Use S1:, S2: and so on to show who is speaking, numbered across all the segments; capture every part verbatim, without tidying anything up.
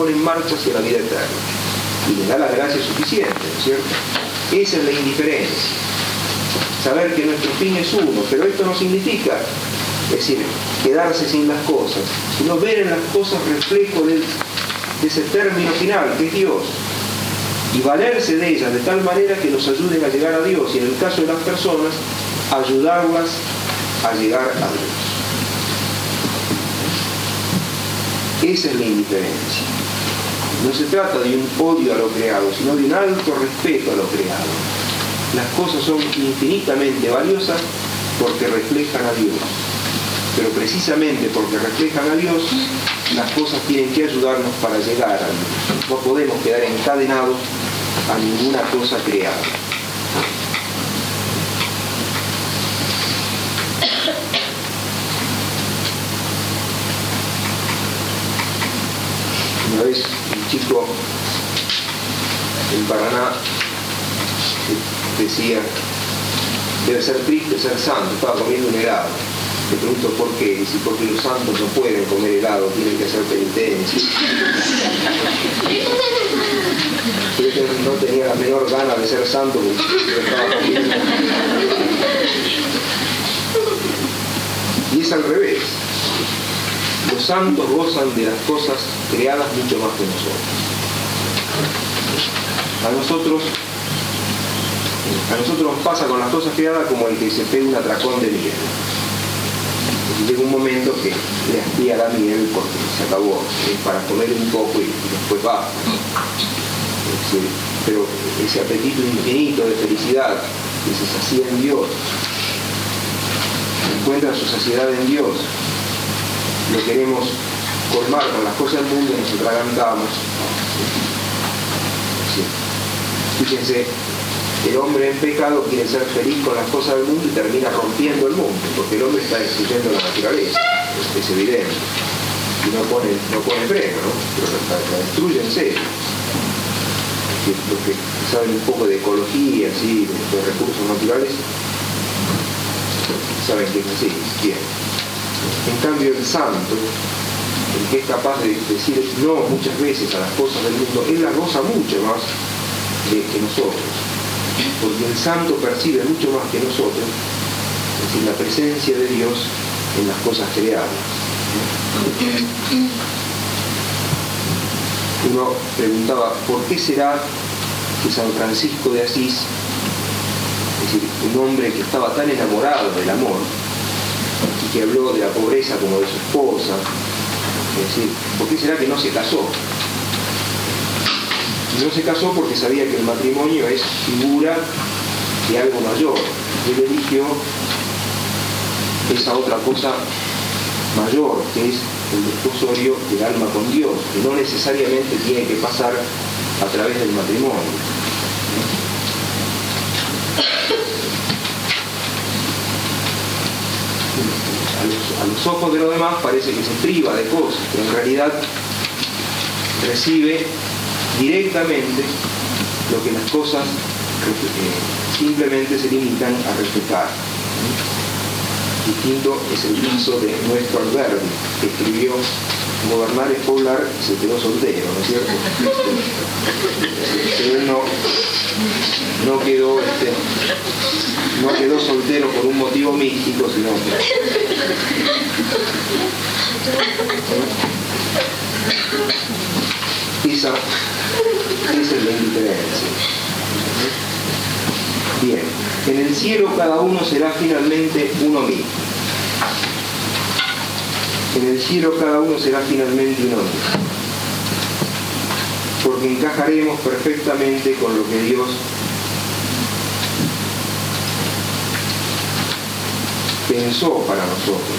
S1: pone en marcha hacia la vida eterna y le da la gracia suficiente, ¿no es cierto? Esa es la indiferencia. Saber que nuestro fin es uno, pero esto no significa, es decir, quedarse sin las cosas, sino ver en las cosas reflejo de, de ese término final, que es Dios, y valerse de ellas de tal manera que nos ayuden a llegar a Dios, y en el caso de las personas, ayudarlas a llegar a Dios. Esa es la indiferencia. No se trata de un odio a lo creado, sino de un alto respeto a lo creado. Las cosas son infinitamente valiosas porque reflejan a Dios. Pero precisamente porque reflejan a Dios, las cosas tienen que ayudarnos para llegar a Dios. No podemos quedar encadenados a ninguna cosa creada. Una vez un chico en Paraná decía, debe ser triste ser santo, estaba comiendo un helado. Le pregunto por qué, dice, porque los santos no pueden comer helado, tienen que hacer penitencia. Pero no tenía la menor gana de ser santo porque lo estaba comiendo. Y es al revés. Los santos gozan de las cosas creadas mucho más que nosotros. A nosotros, a nosotros nos pasa con las cosas creadas como el que se pega un atracón de miel. Llega un momento que le hastía la miel porque se acabó, es para comer un poco y después va. Es decir, pero ese apetito infinito de felicidad que se sacía en Dios, encuentra su saciedad en Dios, lo queremos colmar con las cosas del mundo y nos atragantamos. Sí. Fíjense, el hombre en pecado quiere ser feliz con las cosas del mundo y termina rompiendo el mundo, porque el hombre está destruyendo la naturaleza, es, es evidente. Y no pone, no pone freno, ¿no? Pero la, la destruye en serio. Los que saben un poco de ecología, ¿sí? de, de recursos naturales, saben que es así, bien. En cambio el santo, el que es capaz de decir no muchas veces a las cosas del mundo, él las goza mucho más de, que nosotros. Porque el santo percibe mucho más que nosotros, es decir, la presencia de Dios en las cosas creadas. Uno preguntaba, ¿por qué será que San Francisco de Asís, es decir, un hombre que estaba tan enamorado del amor, y que habló de la pobreza como de su esposa, es decir, ¿por qué será que no se casó? No se casó porque sabía que el matrimonio es figura de algo mayor. Él eligió esa otra cosa mayor, que es el desposorio del alma con Dios, que no necesariamente tiene que pasar a través del matrimonio. A los, a los ojos de los demás parece que se priva de cosas, pero en realidad recibe directamente lo que las cosas eh, simplemente se limitan a respetar. Distinto es el caso de nuestro Alberti, que escribió Gobernar es poblar y se quedó soltero, ¿no es cierto? Pero él no, no quedó este, no quedó soltero por un motivo místico, sino esa, esa es la indiferencia. Bien, en el cielo cada uno será finalmente uno mismo. En el cielo cada uno será finalmente uno mismo. Porque encajaremos perfectamente con lo que Dios pensó para nosotros.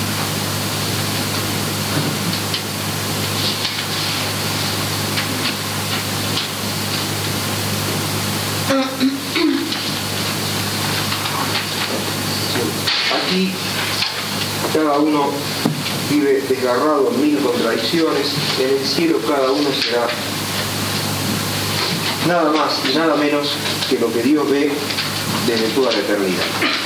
S1: Aquí cada uno vive desgarrado en mil contradicciones. En el cielo cada uno será nada más y nada menos que lo que Dios ve desde toda la eternidad.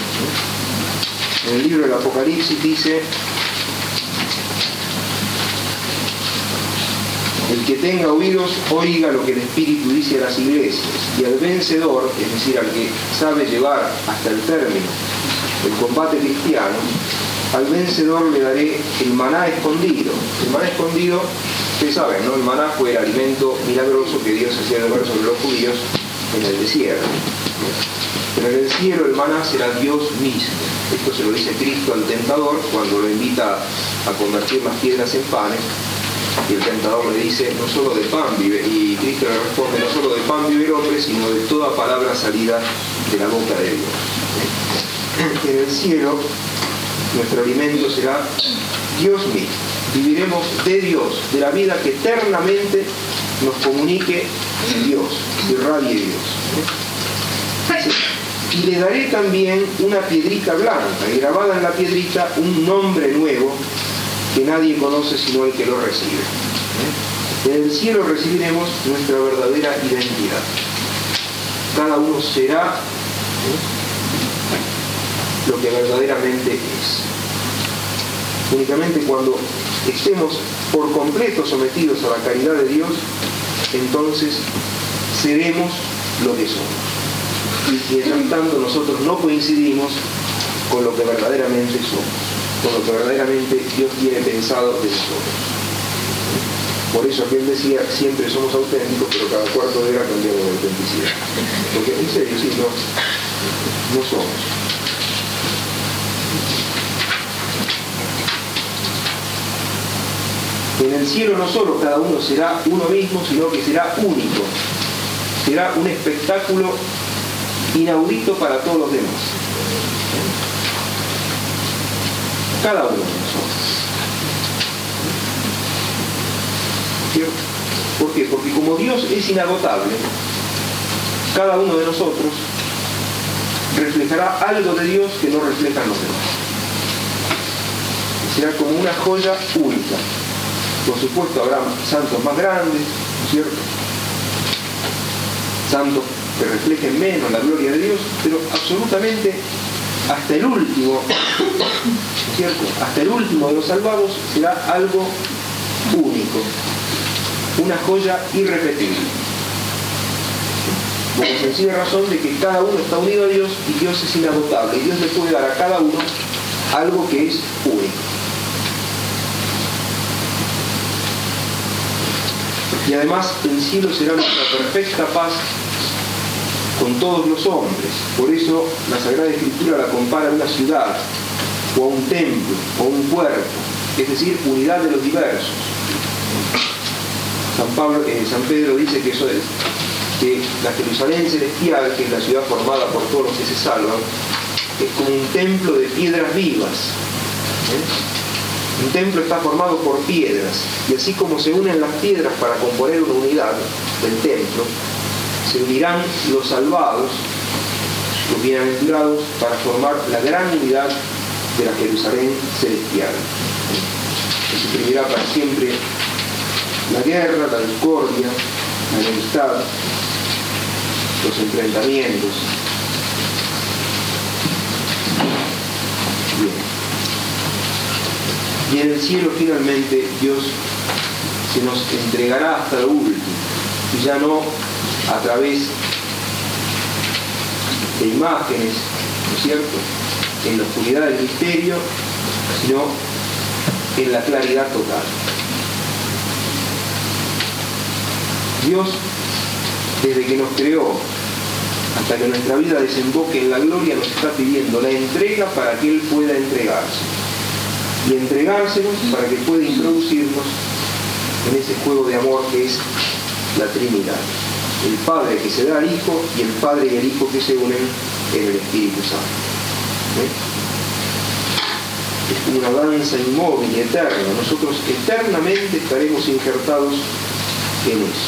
S1: En el libro del Apocalipsis dice, El que tenga oídos, oiga lo que el Espíritu dice a las iglesias. Y al vencedor, es decir, al que sabe llevar hasta el término el combate cristiano, al vencedor le daré el maná escondido. El maná escondido, ustedes saben, ¿no? El maná fue el alimento milagroso que Dios hacía llover sobre los judíos en el desierto. Pero en el cielo el maná será Dios mismo. Esto se lo dice Cristo al tentador cuando lo invita a convertir las piedras en panes. Y el tentador le dice, no solo de pan vive, y Cristo le responde, no solo de pan vive el hombre, sino de toda palabra salida de la boca de Dios. En el cielo, nuestro alimento será Dios mismo. Viviremos de Dios, de la vida que eternamente nos comunique Dios, irradie Dios. Y le daré también una piedrita blanca, y grabada en la piedrita un nombre nuevo, que nadie conoce sino el que lo recibe. En el cielo recibiremos nuestra verdadera identidad. Cada uno será lo que verdaderamente es. Únicamente cuando estemos por completo sometidos a la caridad de Dios, entonces seremos lo que somos. Y mientras tanto nosotros no coincidimos con lo que verdaderamente somos, con lo que verdaderamente Dios tiene pensado de nosotros. Por eso aquel decía, siempre somos auténticos, pero cada cuarto de hora cambiamos de autenticidad. Porque en serio, sí, no, no somos. En el cielo no solo cada uno será uno mismo, sino que será único. Será un espectáculo inaudito para todos los demás. Cada uno de nosotros. ¿Cierto? ¿Por qué? Porque como Dios es inagotable, cada uno de nosotros reflejará algo de Dios que no reflejan los demás. Será como una joya única. Por supuesto habrá santos más grandes, ¿no es cierto? Santos que reflejen menos la gloria de Dios, pero absolutamente hasta el último, ¿cierto? Hasta el último de los salvados será algo único, una joya irrepetible. Por la sencilla razón de que cada uno está unido a Dios y Dios es inagotable, y Dios le puede dar a cada uno algo que es único. Y además el cielo será nuestra perfecta paz con todos los hombres. Por eso la Sagrada Escritura la compara a una ciudad, o a un templo, o a un cuerpo, es decir, unidad de los diversos. San, Pablo, eh, San Pedro dice que eso es, que la Jerusalén celestial, que es la ciudad formada por todos los que se salvan, es como un templo de piedras vivas. ¿Eh? Un templo está formado por piedras, y así como se unen las piedras para componer una unidad del templo, se unirán los salvados, los bienaventurados, para formar la gran unidad de la Jerusalén celestial. Que suprimirá para siempre la guerra, la discordia, la enemistad, los enfrentamientos. Bien. Y en el cielo finalmente Dios se nos entregará hasta lo último, y ya no a través de imágenes, ¿no es cierto?, en la oscuridad del misterio, sino en la claridad total. Dios, desde que nos creó hasta que nuestra vida desemboque en la gloria, nos está pidiendo la entrega para que Él pueda entregarse. Y entregársenos para que pueda introducirnos en ese juego de amor que es la Trinidad. El Padre que se da al Hijo y el Padre y el Hijo que se unen en el Espíritu Santo. ¿Eh? Es una danza inmóvil y eterna. Nosotros eternamente estaremos injertados en eso.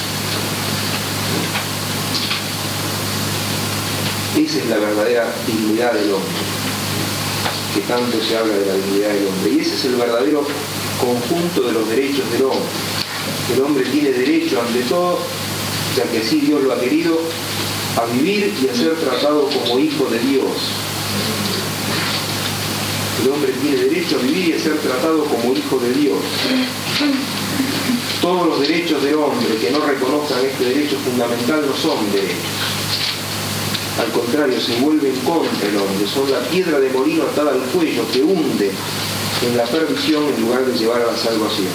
S1: Esa es la verdadera dignidad del hombre, que tanto se habla de la dignidad del hombre. Y ese es el verdadero conjunto de los derechos del hombre. El hombre tiene derecho ante todo, ya que así Dios lo ha querido, a vivir y a ser tratado como hijo de Dios. El hombre tiene derecho a vivir y a ser tratado como hijo de Dios. Todos los derechos del hombre que no reconozcan este derecho fundamental no son derechos. Al contrario, se vuelven contra el hombre, son la piedra de molino atada al cuello que hunde en la perdición en lugar de llevar a la salvación.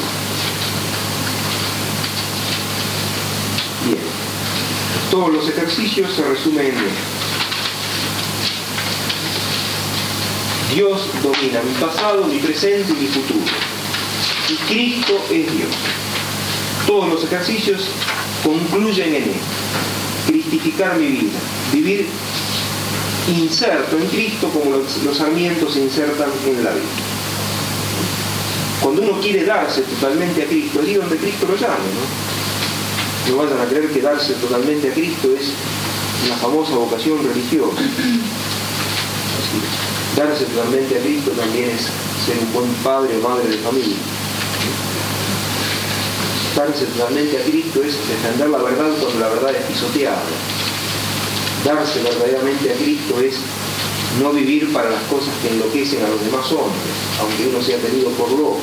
S1: Bien, todos los ejercicios se resumen en esto. Dios domina mi pasado, mi presente y mi futuro. Y Cristo es Dios. Todos los ejercicios concluyen en esto. Cristificar mi vida. Vivir inserto en Cristo como los, los sarmientos se insertan en la vida. Cuando uno quiere darse totalmente a Cristo, allí donde Cristo lo llame, ¿no? No vayan a creer que darse totalmente a Cristo es una famosa vocación religiosa. Así, darse totalmente a Cristo también es ser un buen padre o madre de familia. Darse totalmente a Cristo es defender la verdad cuando la verdad es pisoteada. Darse verdaderamente a Cristo es no vivir para las cosas que enloquecen a los demás hombres, aunque uno sea tenido por loco,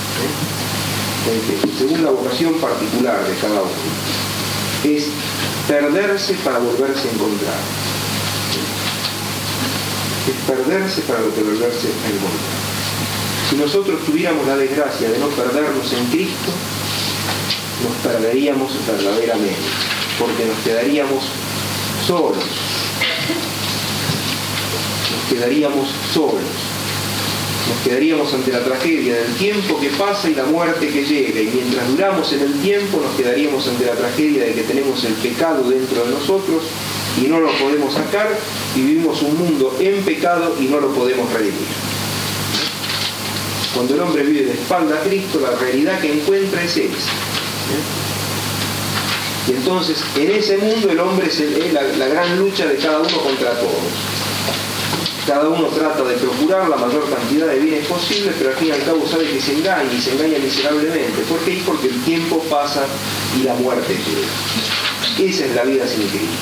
S1: ¿eh? Según la vocación particular de cada uno. Es perderse para volverse a encontrar. Es perderse para volverse a encontrar. Si nosotros tuviéramos la desgracia de no perdernos en Cristo, nos perderíamos verdaderamente, porque nos quedaríamos solos. Nos quedaríamos solos. Nos quedaríamos ante la tragedia del tiempo que pasa y la muerte que llega. Y mientras duramos en el tiempo, nos quedaríamos ante la tragedia de que tenemos el pecado dentro de nosotros y no lo podemos sacar, y vivimos un mundo en pecado y no lo podemos redimir. Cuando el hombre vive de espalda a Cristo, la realidad que encuentra es esa. Y entonces, en ese mundo el hombre es, el, es la, la gran lucha de cada uno contra todos. Cada uno trata de procurar la mayor cantidad de bienes posibles, pero al fin y al cabo sabe que se engaña y se engaña miserablemente. ¿Por qué? Porque el tiempo pasa y la muerte llega. Esa es la vida sin Cristo.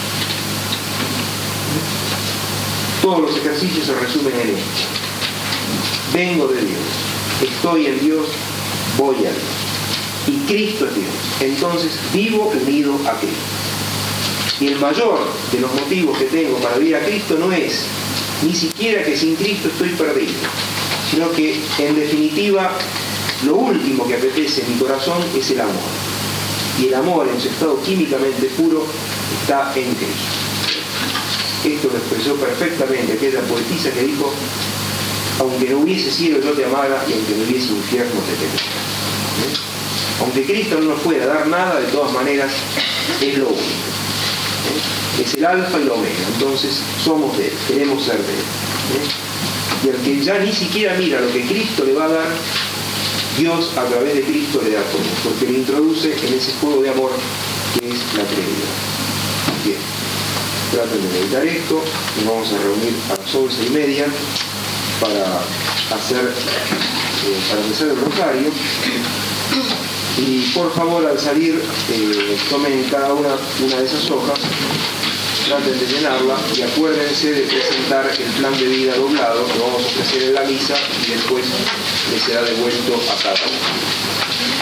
S1: Todos los ejercicios se resumen en esto. Vengo de Dios, estoy en Dios, voy a Dios. Y Cristo es Dios. Entonces vivo unido a Cristo. Y el mayor de los motivos que tengo para vivir a Cristo no es ni siquiera que sin Cristo estoy perdido, sino que en definitiva lo último que apetece en mi corazón es el amor. Y el amor en su estado químicamente puro está en Cristo. Esto lo expresó perfectamente aquella poetisa que dijo: aunque no hubiese cielo yo te amara, y aunque no hubiese infierno te temiera. ¿Eh? Aunque Cristo no nos pueda dar nada, de todas maneras es lo único. ¿Eh? Es el alfa y el omega. Entonces somos de Él, queremos ser de Él. ¿Eh? Y al que ya ni siquiera mira lo que Cristo le va a dar, Dios a través de Cristo le da todo, porque le introduce en ese juego de amor que es la Trinidad. Bien, traten de meditar esto. Nos vamos a reunir a las once y media para hacer eh, para empezar el rosario. Y por favor, al salir, eh, tomen cada una una de esas hojas, traten de llenarla y acuérdense de presentar el plan de vida doblado que vamos a ofrecer en la misa y después les será devuelto a cada uno.